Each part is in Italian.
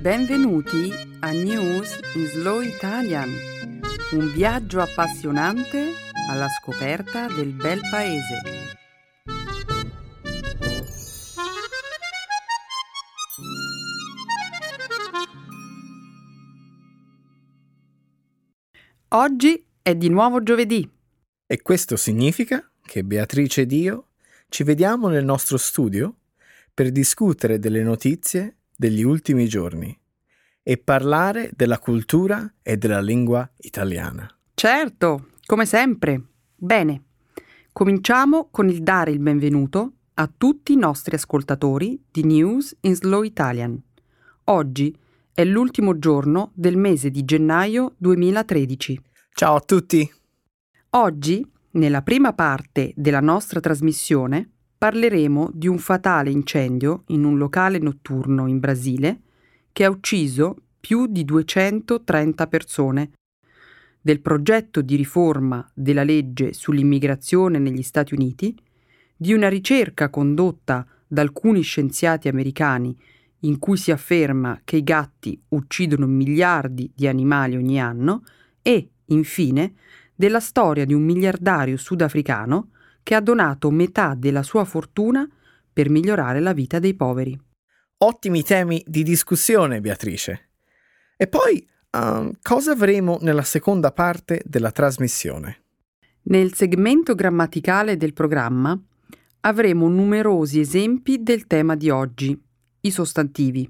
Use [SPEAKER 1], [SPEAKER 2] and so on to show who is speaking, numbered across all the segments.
[SPEAKER 1] Benvenuti a News in Slow Italian, un viaggio appassionante alla scoperta del bel paese. Oggi è di nuovo giovedì.
[SPEAKER 2] E questo significa che Beatrice ed io ci vediamo nel nostro studio per discutere delle notizie degli ultimi giorni e parlare della cultura e della lingua italiana.
[SPEAKER 1] Certo, come sempre. Bene, cominciamo con il dare il benvenuto a tutti i nostri ascoltatori di News in Slow Italian. Oggi è l'ultimo giorno del mese di gennaio 2013.
[SPEAKER 2] Ciao a tutti!
[SPEAKER 1] Oggi, nella prima parte della nostra trasmissione, parleremo di un fatale incendio in un locale notturno in Brasile che ha ucciso più di 230 persone, del progetto di riforma della legge sull'immigrazione negli Stati Uniti, di una ricerca condotta da alcuni scienziati americani in cui si afferma che i gatti uccidono miliardi di animali ogni anno e, infine, della storia di un miliardario sudafricano che ha donato metà della sua fortuna per migliorare la vita dei poveri.
[SPEAKER 2] Ottimi temi di discussione, Beatrice. E poi, cosa avremo nella seconda parte della trasmissione?
[SPEAKER 1] Nel segmento grammaticale del programma avremo numerosi esempi del tema di oggi, i sostantivi.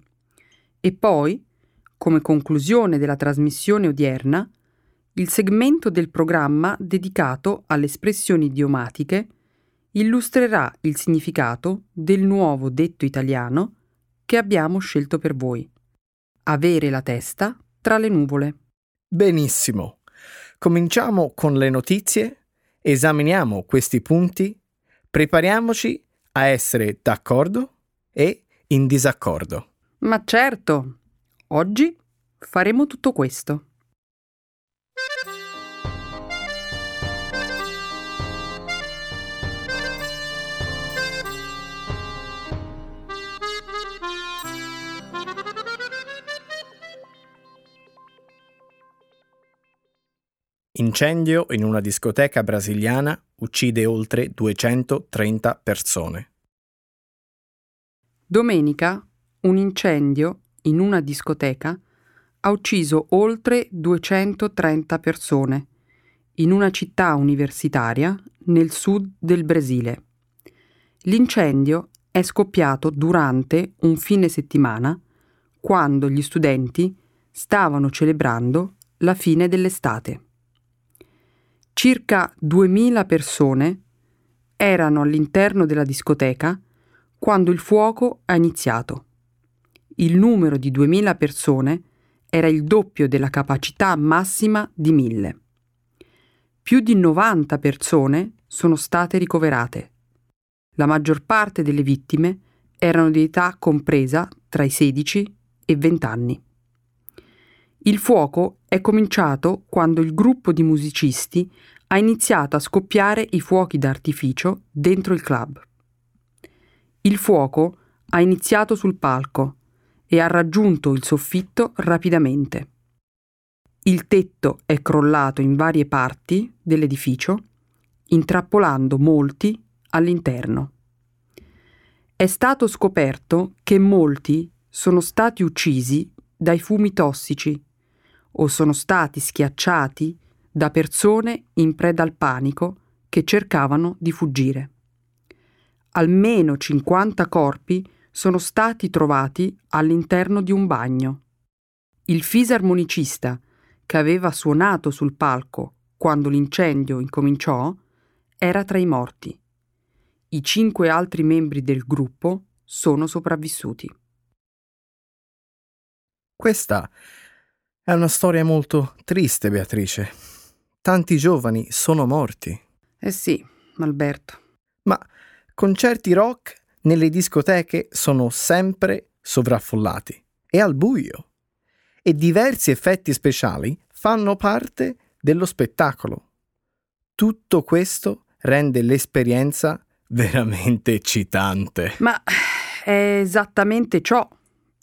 [SPEAKER 1] E poi, come conclusione della trasmissione odierna, il segmento del programma dedicato alle espressioni idiomatiche illustrerà il significato del nuovo detto italiano che abbiamo scelto per voi: avere la testa tra le nuvole.
[SPEAKER 2] Benissimo. Cominciamo con le notizie, esaminiamo questi punti, prepariamoci a essere d'accordo e in disaccordo.
[SPEAKER 1] Ma certo, oggi faremo tutto questo.
[SPEAKER 2] Incendio in una discoteca brasiliana uccide oltre 230 persone.
[SPEAKER 1] Domenica, un incendio in una discoteca ha ucciso oltre 230 persone in una città universitaria nel sud del Brasile. L'incendio è scoppiato durante un fine settimana, quando gli studenti stavano celebrando la fine dell'estate. Circa 2000 persone erano all'interno della discoteca quando il fuoco ha iniziato. Il numero di 2000 persone era il doppio della capacità massima di 1000. Più di 90 persone sono state ricoverate. La maggior parte delle vittime erano di età compresa tra i 16 e 20 anni. Il fuoco è cominciato quando il gruppo di musicisti ha iniziato a scoppiare i fuochi d'artificio dentro il club. Il fuoco ha iniziato sul palco e ha raggiunto il soffitto rapidamente. Il tetto è crollato in varie parti dell'edificio, intrappolando molti all'interno. È stato scoperto che molti sono stati uccisi dai fumi tossici o sono stati schiacciati da persone in preda al panico che cercavano di fuggire. Almeno 50 corpi sono stati trovati all'interno di un bagno. Il fisarmonicista che aveva suonato sul palco quando l'incendio incominciò era tra i morti. I 5 altri membri del gruppo sono sopravvissuti.
[SPEAKER 2] Questa è una storia molto triste, Beatrice. Tanti giovani sono morti.
[SPEAKER 1] Eh sì, Alberto.
[SPEAKER 2] Ma concerti rock nelle discoteche sono sempre sovraffollati e al buio. E diversi effetti speciali fanno parte dello spettacolo. Tutto questo rende l'esperienza veramente eccitante.
[SPEAKER 1] Ma è esattamente ciò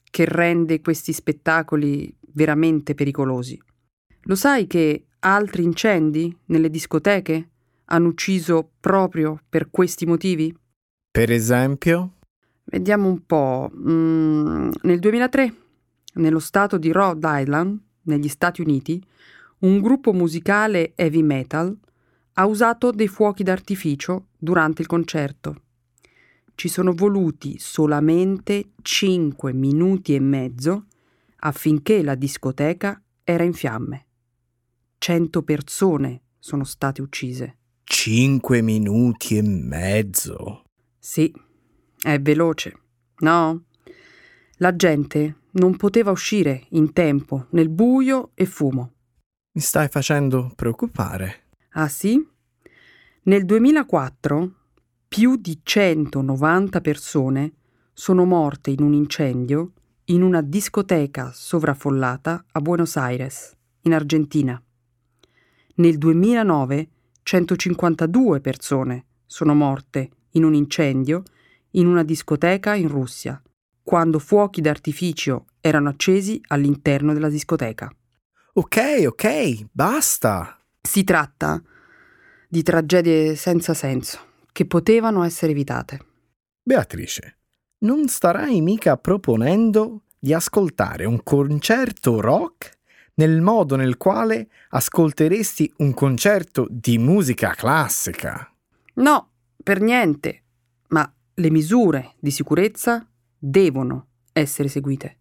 [SPEAKER 1] che rende questi spettacoli veramente pericolosi. Lo sai che altri incendi nelle discoteche hanno ucciso proprio per questi motivi?
[SPEAKER 2] Per esempio?
[SPEAKER 1] Vediamo un po'. Nel 2003, nello stato di Rhode Island, negli Stati Uniti, un gruppo musicale heavy metal ha usato dei fuochi d'artificio durante il concerto. Ci sono voluti solamente 5 minuti e mezzo affinché la discoteca era in fiamme. 100 persone sono state uccise.
[SPEAKER 2] 5 minuti e mezzo?
[SPEAKER 1] Sì, è veloce, no? La gente non poteva uscire in tempo nel buio e fumo.
[SPEAKER 2] Mi stai facendo preoccupare.
[SPEAKER 1] Ah sì? Nel 2004 più di 190 persone sono morte in un incendio in una discoteca sovraffollata a Buenos Aires, in Argentina. Nel 2009 152 persone sono morte in un incendio in una discoteca in Russia, quando fuochi d'artificio erano accesi all'interno della discoteca.
[SPEAKER 2] Ok, basta.
[SPEAKER 1] Si tratta di tragedie senza senso, che potevano essere evitate.
[SPEAKER 2] Beatrice, non starai mica proponendo di ascoltare un concerto rock nel modo nel quale ascolteresti un concerto di musica classica?
[SPEAKER 1] No, per niente, ma le misure di sicurezza devono essere seguite.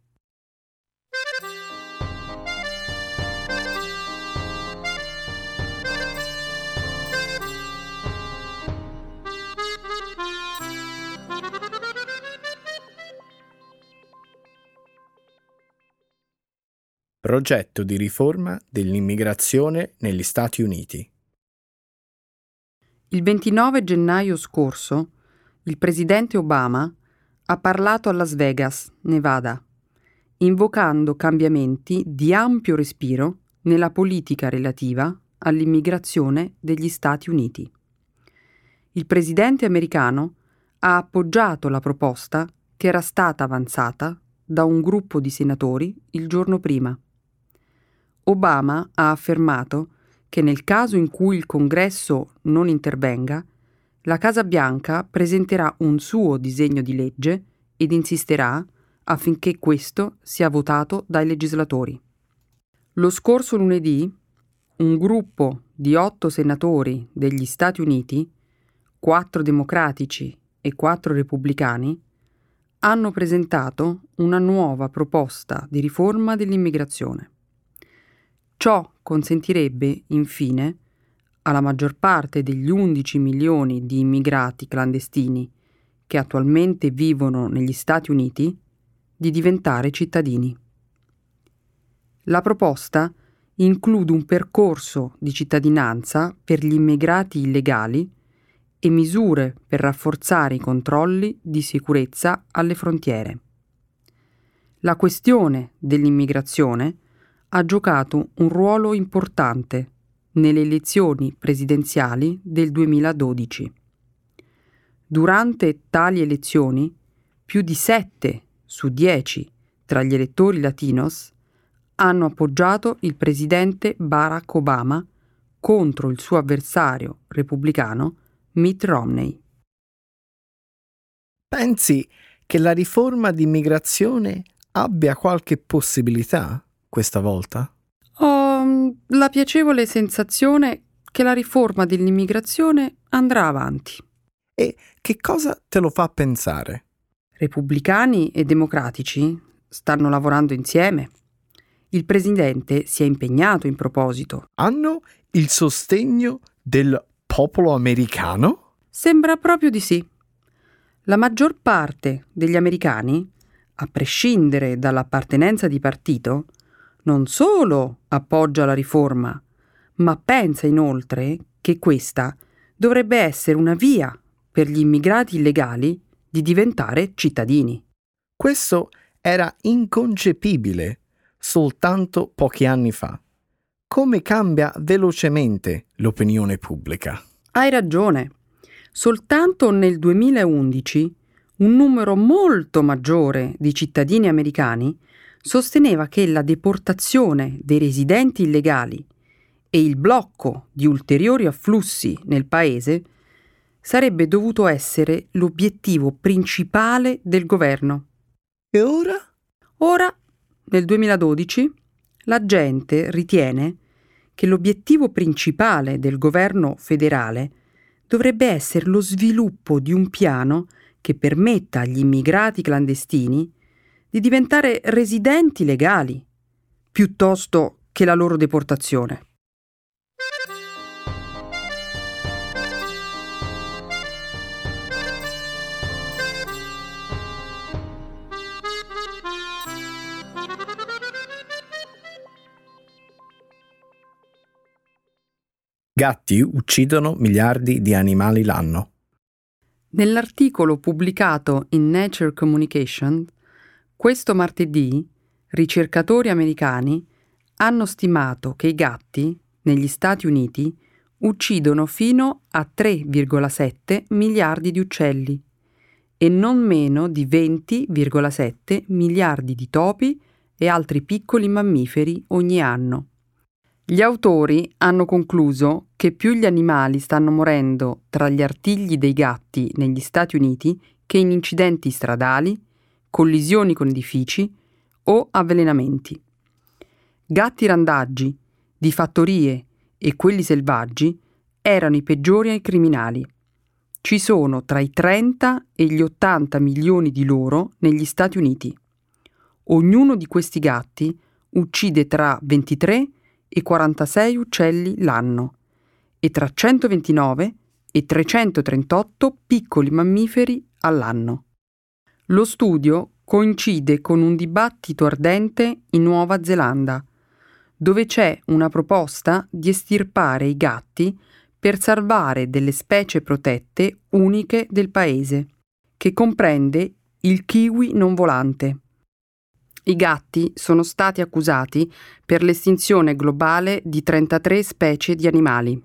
[SPEAKER 2] Progetto di riforma dell'immigrazione negli Stati Uniti.
[SPEAKER 1] Il 29 gennaio scorso, il presidente Obama ha parlato a Las Vegas, Nevada, invocando cambiamenti di ampio respiro nella politica relativa all'immigrazione degli Stati Uniti. Il presidente americano ha appoggiato la proposta che era stata avanzata da un gruppo di senatori il giorno prima. Obama ha affermato che nel caso in cui il Congresso non intervenga, la Casa Bianca presenterà un suo disegno di legge ed insisterà affinché questo sia votato dai legislatori. Lo scorso lunedì, un gruppo di 8 senatori degli Stati Uniti, 4 democratici e 4 repubblicani, hanno presentato una nuova proposta di riforma dell'immigrazione. Ciò consentirebbe, infine, alla maggior parte degli 11 milioni di immigrati clandestini che attualmente vivono negli Stati Uniti di diventare cittadini. La proposta include un percorso di cittadinanza per gli immigrati illegali e misure per rafforzare i controlli di sicurezza alle frontiere. La questione dell'immigrazione ha giocato un ruolo importante nelle elezioni presidenziali del 2012. Durante tali elezioni, più di 7 su 10 tra gli elettori latinos hanno appoggiato il presidente Barack Obama contro il suo avversario repubblicano Mitt Romney.
[SPEAKER 2] Pensi che la riforma di immigrazione abbia qualche possibilità questa volta?
[SPEAKER 1] Ho la piacevole sensazione che la riforma dell'immigrazione andrà avanti.
[SPEAKER 2] E che cosa te lo fa pensare?
[SPEAKER 1] Repubblicani e democratici stanno lavorando insieme. Il presidente si è impegnato in proposito.
[SPEAKER 2] Hanno il sostegno del popolo americano?
[SPEAKER 1] Sembra proprio di sì. La maggior parte degli americani, a prescindere dall'appartenenza di partito, non solo appoggia la riforma, ma pensa inoltre che questa dovrebbe essere una via per gli immigrati illegali di diventare cittadini.
[SPEAKER 2] Questo era inconcepibile soltanto pochi anni fa. Come cambia velocemente l'opinione pubblica?
[SPEAKER 1] Hai ragione. Soltanto nel 2011 un numero molto maggiore di cittadini americani sosteneva che la deportazione dei residenti illegali e il blocco di ulteriori afflussi nel paese sarebbe dovuto essere l'obiettivo principale del governo.
[SPEAKER 2] E ora?
[SPEAKER 1] Ora, nel 2012, la gente ritiene che l'obiettivo principale del governo federale dovrebbe essere lo sviluppo di un piano che permetta agli immigrati clandestini di diventare residenti legali, piuttosto che la loro deportazione.
[SPEAKER 2] Gatti uccidono miliardi di animali l'anno.
[SPEAKER 1] Nell'articolo pubblicato in Nature Communication, questo martedì, ricercatori americani hanno stimato che i gatti, negli Stati Uniti, uccidono fino a 3,7 miliardi di uccelli e non meno di 20,7 miliardi di topi e altri piccoli mammiferi ogni anno. Gli autori hanno concluso che più gli animali stanno morendo tra gli artigli dei gatti negli Stati Uniti che in incidenti stradali, collisioni con edifici o avvelenamenti. Gatti randaggi, di fattorie e quelli selvaggi erano i peggiori criminali. Ci sono tra i 30 e gli 80 milioni di loro negli Stati Uniti. Ognuno di questi gatti uccide tra 23 e 46 uccelli l'anno e tra 129 e 338 piccoli mammiferi all'anno. Lo studio coincide con un dibattito ardente in Nuova Zelanda, dove c'è una proposta di estirpare i gatti per salvare delle specie protette uniche del paese, che comprende il kiwi non volante. I gatti sono stati accusati per l'estinzione globale di 33 specie di animali.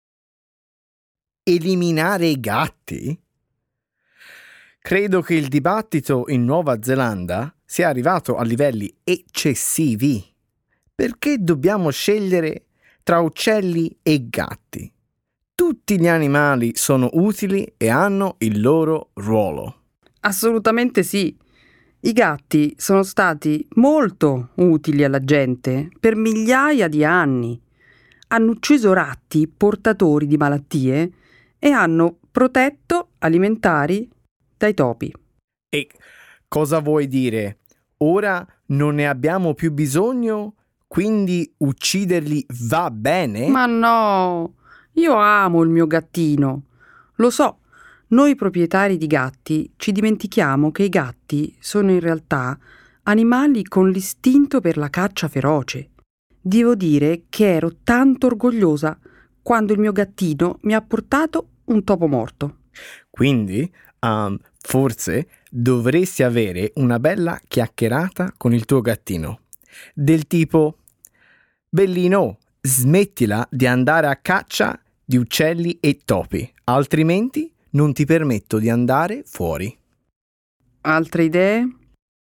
[SPEAKER 2] Eliminare i gatti? Credo che il dibattito in Nuova Zelanda sia arrivato a livelli eccessivi. Perché dobbiamo scegliere tra uccelli e gatti? Tutti gli animali sono utili e hanno il loro ruolo.
[SPEAKER 1] Assolutamente sì. I gatti sono stati molto utili alla gente per migliaia di anni. Hanno ucciso ratti portatori di malattie e hanno protetto alimentari dai topi.
[SPEAKER 2] E cosa vuoi dire? Ora non ne abbiamo più bisogno, quindi ucciderli va bene?
[SPEAKER 1] Ma no, io amo il mio gattino. Lo so. Noi proprietari di gatti ci dimentichiamo che i gatti sono in realtà animali con l'istinto per la caccia feroce. Devo dire che ero tanto orgogliosa quando il mio gattino mi ha portato un topo morto.
[SPEAKER 2] Quindi, forse dovresti avere una bella chiacchierata con il tuo gattino. Del tipo: Bellino, smettila di andare a caccia di uccelli e topi, altrimenti non ti permetto di andare fuori.
[SPEAKER 1] Altre idee?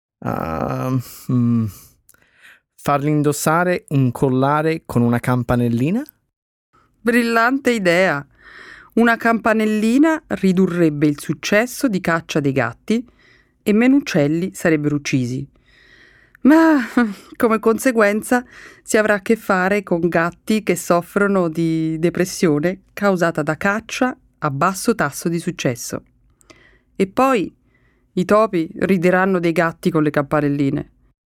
[SPEAKER 2] Fargli indossare un collare con una campanellina?
[SPEAKER 1] Brillante idea! Una campanellina ridurrebbe il successo di caccia dei gatti e meno uccelli sarebbero uccisi. Ma come conseguenza si avrà a che fare con gatti che soffrono di depressione causata da caccia a basso tasso di successo. E poi i topi rideranno dei gatti con le campanelline.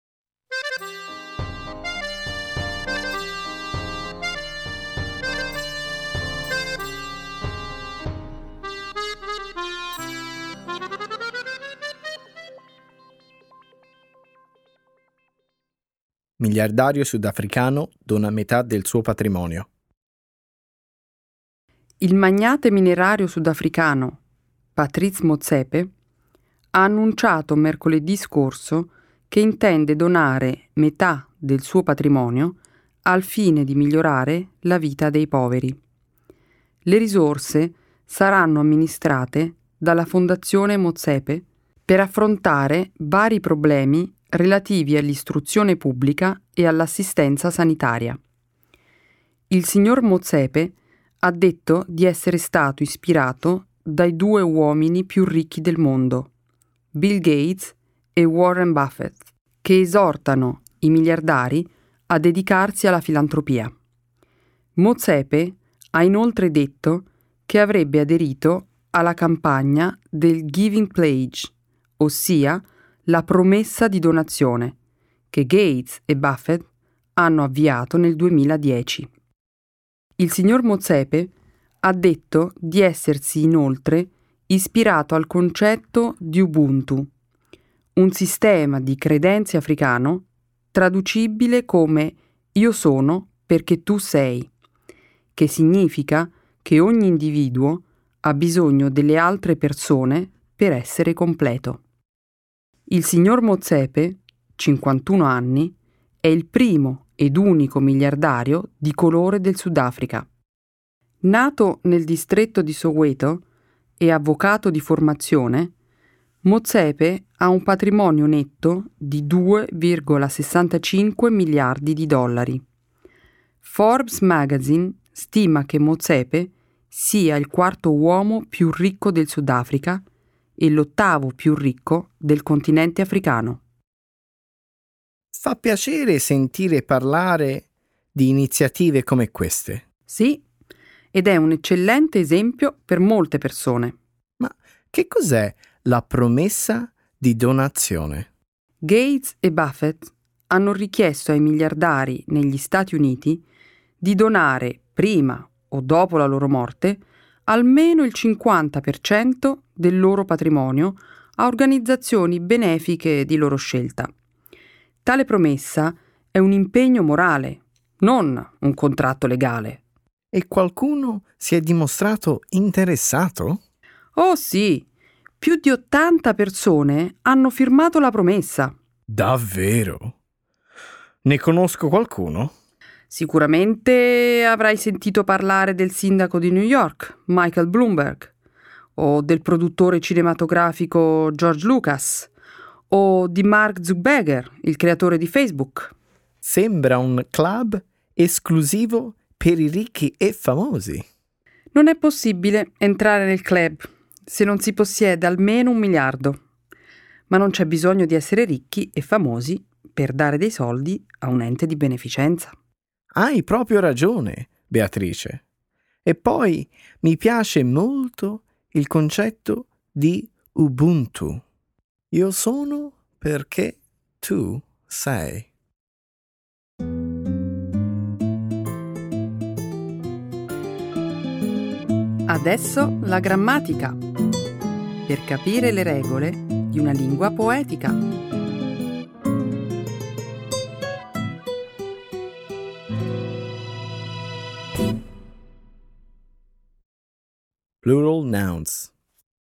[SPEAKER 2] Miliardario sudafricano dona metà del suo patrimonio.
[SPEAKER 1] Il magnate minerario sudafricano Patrice Motsepe ha annunciato mercoledì scorso che intende donare metà del suo patrimonio al fine di migliorare la vita dei poveri. Le risorse saranno amministrate dalla Fondazione Motsepe per affrontare vari problemi relativi all'istruzione pubblica e all'assistenza sanitaria. Il signor Motsepe ha detto di essere stato ispirato dai due uomini più ricchi del mondo, Bill Gates e Warren Buffett, che esortano i miliardari a dedicarsi alla filantropia. Motsepe ha inoltre detto che avrebbe aderito alla campagna del Giving Pledge, ossia la promessa di donazione, che Gates e Buffett hanno avviato nel 2010. Il signor Motsepe ha detto di essersi inoltre ispirato al concetto di Ubuntu, un sistema di credenze africano traducibile come io sono perché tu sei, che significa che ogni individuo ha bisogno delle altre persone per essere completo. Il signor Motsepe, 51 anni, è il primo ed unico miliardario di colore del Sudafrica. Nato nel distretto di Soweto e avvocato di formazione, Motsepe ha un patrimonio netto di 2,65 miliardi di dollari. Forbes Magazine stima che Motsepe sia il quarto uomo più ricco del Sudafrica e l'ottavo più ricco del continente africano.
[SPEAKER 2] Fa piacere sentire parlare di iniziative come queste.
[SPEAKER 1] Sì, ed è un eccellente esempio per molte persone.
[SPEAKER 2] Ma che cos'è la promessa di donazione?
[SPEAKER 1] Gates e Buffett hanno richiesto ai miliardari negli Stati Uniti di donare, prima o dopo la loro morte, almeno il 50% del loro patrimonio a organizzazioni benefiche di loro scelta. Tale promessa è un impegno morale, non un contratto legale.
[SPEAKER 2] E qualcuno si è dimostrato interessato?
[SPEAKER 1] Oh sì, più di 80 persone hanno firmato la promessa.
[SPEAKER 2] Davvero? Ne conosco qualcuno?
[SPEAKER 1] Sicuramente avrai sentito parlare del sindaco di New York, Michael Bloomberg, o del produttore cinematografico George Lucas, o di Mark Zuckerberg, il creatore di Facebook.
[SPEAKER 2] Sembra un club esclusivo per i ricchi e famosi.
[SPEAKER 1] Non è possibile entrare nel club se non si possiede almeno 1 miliardo. Ma non c'è bisogno di essere ricchi e famosi per dare dei soldi a un ente di beneficenza.
[SPEAKER 2] Hai proprio ragione, Beatrice. E poi mi piace molto il concetto di Ubuntu. Io sono perché tu sei.
[SPEAKER 1] Adesso la grammatica, per capire le regole di una lingua poetica.
[SPEAKER 2] Plural nouns.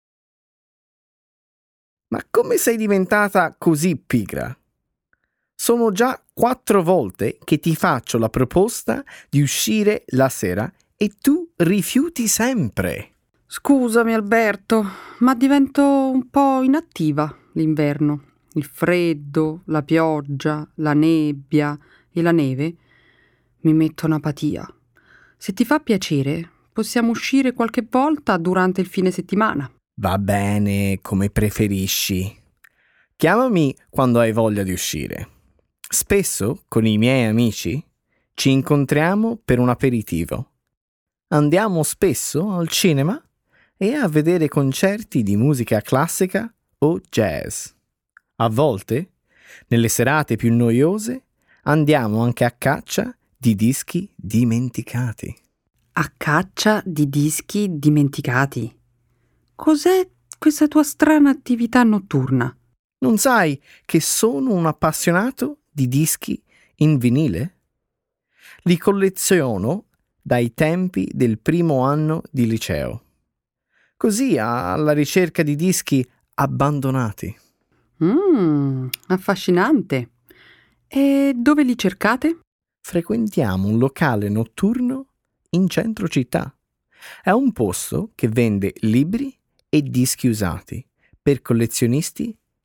[SPEAKER 2] Ma come sei diventata così pigra? Sono già 4 volte che ti faccio la proposta di uscire la sera e tu rifiuti sempre.
[SPEAKER 1] Scusami Alberto, ma divento un po' inattiva l'inverno. Il freddo, la pioggia, la nebbia e la neve mi mettono apatia. Se ti fa piacere, possiamo uscire qualche volta durante il fine settimana.
[SPEAKER 2] Va bene, come preferisci. Chiamami quando hai voglia di uscire. Spesso, con i miei amici, ci incontriamo per un aperitivo. Andiamo spesso al cinema e a vedere concerti di musica classica o jazz. A volte, nelle serate più noiose, andiamo anche a caccia di dischi dimenticati.
[SPEAKER 1] A caccia di dischi dimenticati? Cos'è questa tua strana attività notturna?
[SPEAKER 2] Non sai che sono un appassionato di dischi in vinile? Li colleziono dai tempi del primo anno di liceo. Così alla ricerca di dischi abbandonati.
[SPEAKER 1] Affascinante. E dove li cercate?
[SPEAKER 2] Frequentiamo un locale notturno in centro città. È un posto che vende libri e dischi usati per collezionisti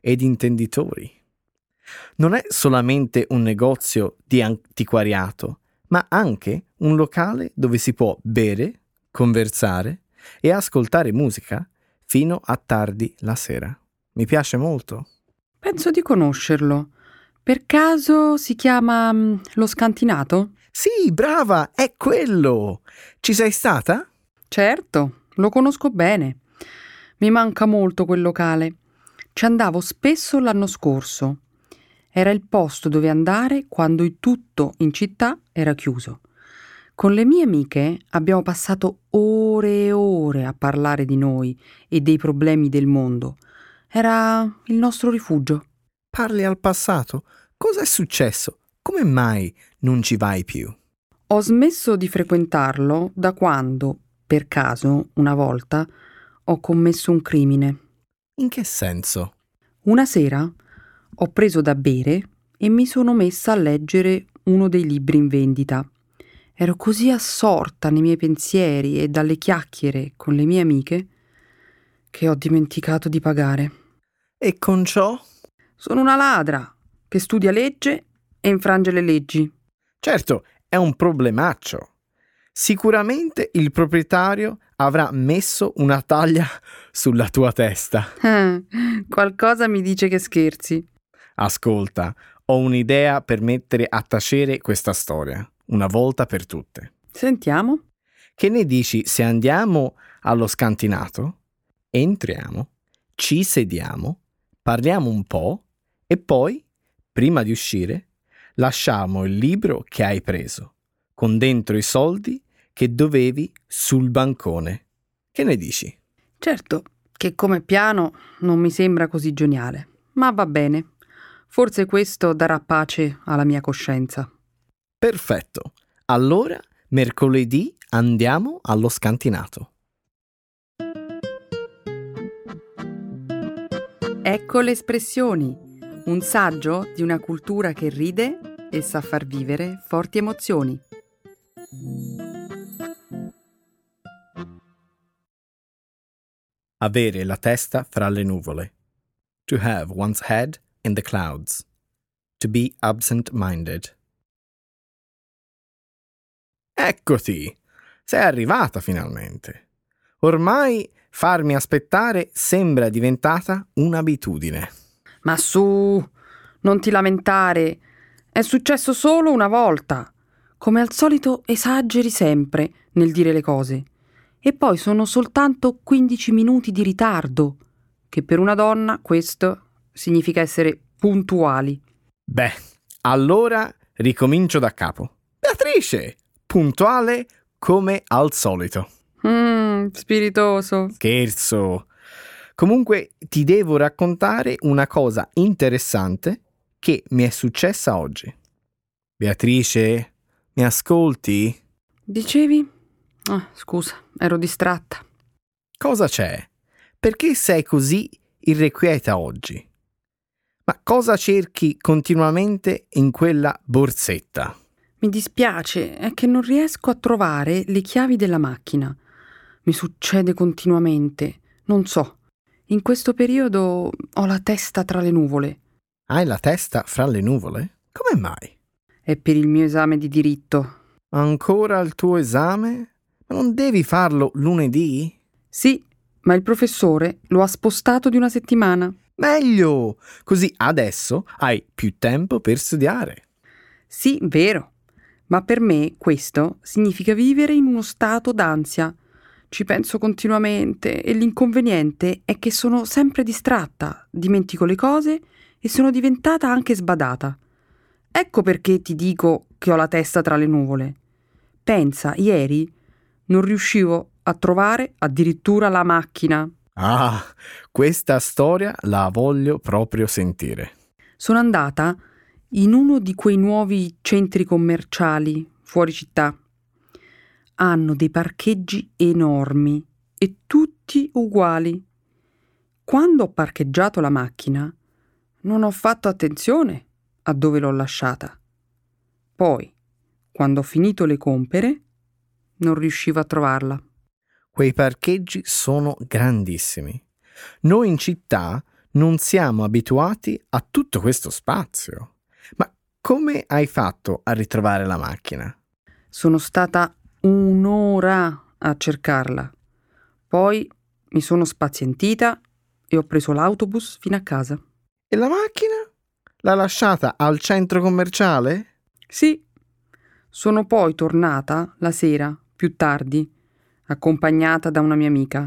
[SPEAKER 2] ed intenditori. Non è solamente un negozio di antiquariato, ma anche un locale dove si può bere, conversare e ascoltare musica fino a tardi la sera. Mi piace molto.
[SPEAKER 1] Penso di conoscerlo. Per caso si chiama Lo Scantinato?
[SPEAKER 2] Sì, brava, è quello! Ci sei stata?
[SPEAKER 1] Certo, lo conosco bene. Mi manca molto quel locale. Ci andavo spesso l'anno scorso. Era il posto dove andare quando il tutto in città era chiuso. Con le mie amiche abbiamo passato ore e ore a parlare di noi e dei problemi del mondo. Era il nostro rifugio.
[SPEAKER 2] Parli al passato? Cosa è successo? Come mai non ci vai più?
[SPEAKER 1] Ho smesso di frequentarlo da quando, per caso, una volta, ho commesso un crimine.
[SPEAKER 2] In che senso?
[SPEAKER 1] Una sera ho preso da bere e mi sono messa a leggere uno dei libri in vendita. Ero così assorta nei miei pensieri e dalle chiacchiere con le mie amiche che ho dimenticato di pagare.
[SPEAKER 2] E con ciò?
[SPEAKER 1] Sono una ladra che studia legge e infrange le leggi.
[SPEAKER 2] Certo, è un problemaccio. Sicuramente il proprietario avrà messo una taglia sulla tua testa.
[SPEAKER 1] Qualcosa mi dice che scherzi.
[SPEAKER 2] Ascolta, ho un'idea per mettere a tacere questa storia, una volta per tutte.
[SPEAKER 1] Sentiamo.
[SPEAKER 2] Che ne dici se andiamo allo scantinato, entriamo, ci sediamo, parliamo un po' e poi, prima di uscire, lasciamo il libro che hai preso, con dentro i soldi che dovevi sul bancone. Che ne dici?
[SPEAKER 1] Certo che come piano non mi sembra così geniale, ma va bene. Forse questo darà pace alla mia coscienza.
[SPEAKER 2] Perfetto. Allora, mercoledì andiamo allo scantinato.
[SPEAKER 1] Ecco le espressioni, un saggio di una cultura che ride e sa far vivere forti emozioni.
[SPEAKER 2] Avere la testa fra le nuvole. To have one's head in the clouds. To be absent-minded. Eccoti! Sei arrivata finalmente. Ormai farmi aspettare sembra diventata un'abitudine.
[SPEAKER 1] Ma su, non ti lamentare. È successo solo una volta. Come al solito esageri sempre nel dire le cose. E poi sono soltanto 15 minuti di ritardo, che per una donna questo significa essere puntuali.
[SPEAKER 2] Beh, allora ricomincio da capo. Beatrice, puntuale come al solito.
[SPEAKER 1] Spiritoso.
[SPEAKER 2] Scherzo. Comunque ti devo raccontare una cosa interessante che mi è successa oggi. Beatrice, mi ascolti?
[SPEAKER 1] Dicevi? Scusa, ero distratta.
[SPEAKER 2] Cosa c'è? Perché sei così irrequieta oggi? Ma cosa cerchi continuamente in quella borsetta?
[SPEAKER 1] Mi dispiace, è che non riesco a trovare le chiavi della macchina. Mi succede continuamente. Non so. In questo periodo ho la testa tra le nuvole.
[SPEAKER 2] Hai la testa fra le nuvole? Come mai?
[SPEAKER 1] È per il mio esame di diritto.
[SPEAKER 2] Ancora il tuo esame? Ma non devi farlo lunedì?
[SPEAKER 1] Sì, ma il professore lo ha spostato di una settimana.
[SPEAKER 2] Meglio! Così adesso hai più tempo per studiare.
[SPEAKER 1] Sì, vero. Ma per me questo significa vivere in uno stato d'ansia. Ci penso continuamente e l'inconveniente è che sono sempre distratta, dimentico le cose e sono diventata anche sbadata. Ecco perché ti dico che ho la testa tra le nuvole. Pensa, ieri non riuscivo a trovare addirittura la macchina.
[SPEAKER 2] Ah, questa storia la voglio proprio sentire.
[SPEAKER 1] Sono andata in uno di quei nuovi centri commerciali fuori città. Hanno dei parcheggi enormi e tutti uguali. Quando ho parcheggiato la macchina, non ho fatto attenzione a dove l'ho lasciata. Poi, quando ho finito le compere, non riuscivo a trovarla.
[SPEAKER 2] Quei parcheggi sono grandissimi. Noi in città Non siamo abituati a tutto questo spazio. Ma come hai fatto a ritrovare la macchina?
[SPEAKER 1] Sono stata 1 ora a cercarla. Poi mi sono spazientita e ho preso l'autobus fino a casa.
[SPEAKER 2] E la macchina? L'ha lasciata al centro commerciale?
[SPEAKER 1] Sì, sono poi tornata la sera, più tardi, accompagnata da una mia amica.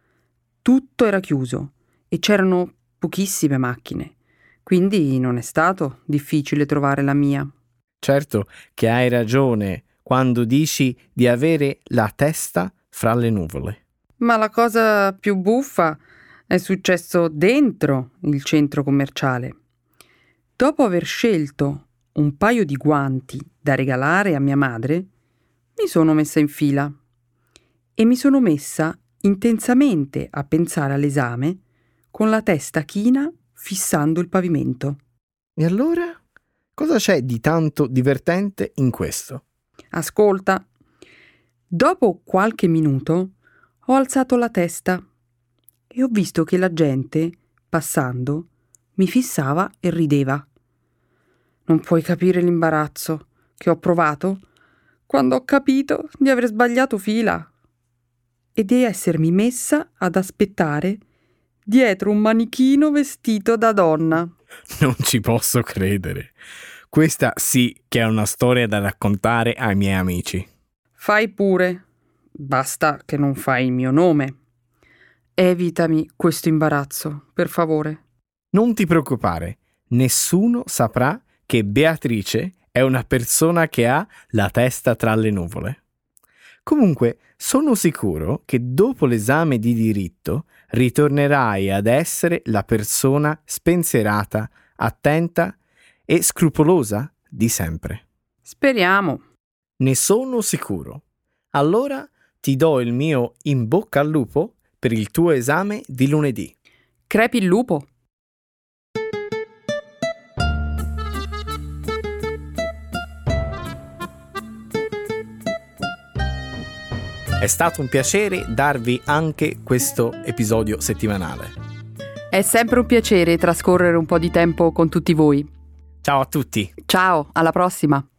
[SPEAKER 1] Tutto era chiuso e c'erano pochissime macchine, quindi non è stato difficile trovare la mia.
[SPEAKER 2] Certo che hai ragione quando dici di avere la testa fra le nuvole.
[SPEAKER 1] Ma la cosa più buffa è successo dentro il centro commerciale. Dopo aver scelto un paio di guanti da regalare a mia madre, mi sono messa in fila e mi sono messa intensamente a pensare all'esame con la testa china fissando il pavimento.
[SPEAKER 2] E allora? Cosa c'è di tanto divertente in questo?
[SPEAKER 1] Ascolta, dopo qualche minuto ho alzato la testa e ho visto che la gente, passando, mi fissava e rideva. Non puoi capire l'imbarazzo che ho provato quando ho capito di aver sbagliato fila e di essermi messa ad aspettare dietro un manichino vestito da donna.
[SPEAKER 2] Non ci posso credere. Questa sì che è una storia da raccontare ai miei amici.
[SPEAKER 1] Fai pure, basta che non fai il mio nome. Evitami questo imbarazzo, per favore.
[SPEAKER 2] Non ti preoccupare, nessuno saprà che Beatrice è una persona che ha la testa tra le nuvole. Comunque, sono sicuro che dopo l'esame di diritto ritornerai ad essere la persona spensierata, attenta e scrupolosa di sempre.
[SPEAKER 1] Speriamo.
[SPEAKER 2] Ne sono sicuro. Allora ti do il mio in bocca al lupo per il tuo esame di lunedì.
[SPEAKER 1] Crepi il lupo.
[SPEAKER 2] È stato un piacere darvi anche questo episodio settimanale.
[SPEAKER 1] È sempre un piacere trascorrere un po' di tempo con tutti voi.
[SPEAKER 2] Ciao a tutti!
[SPEAKER 1] Ciao, alla prossima!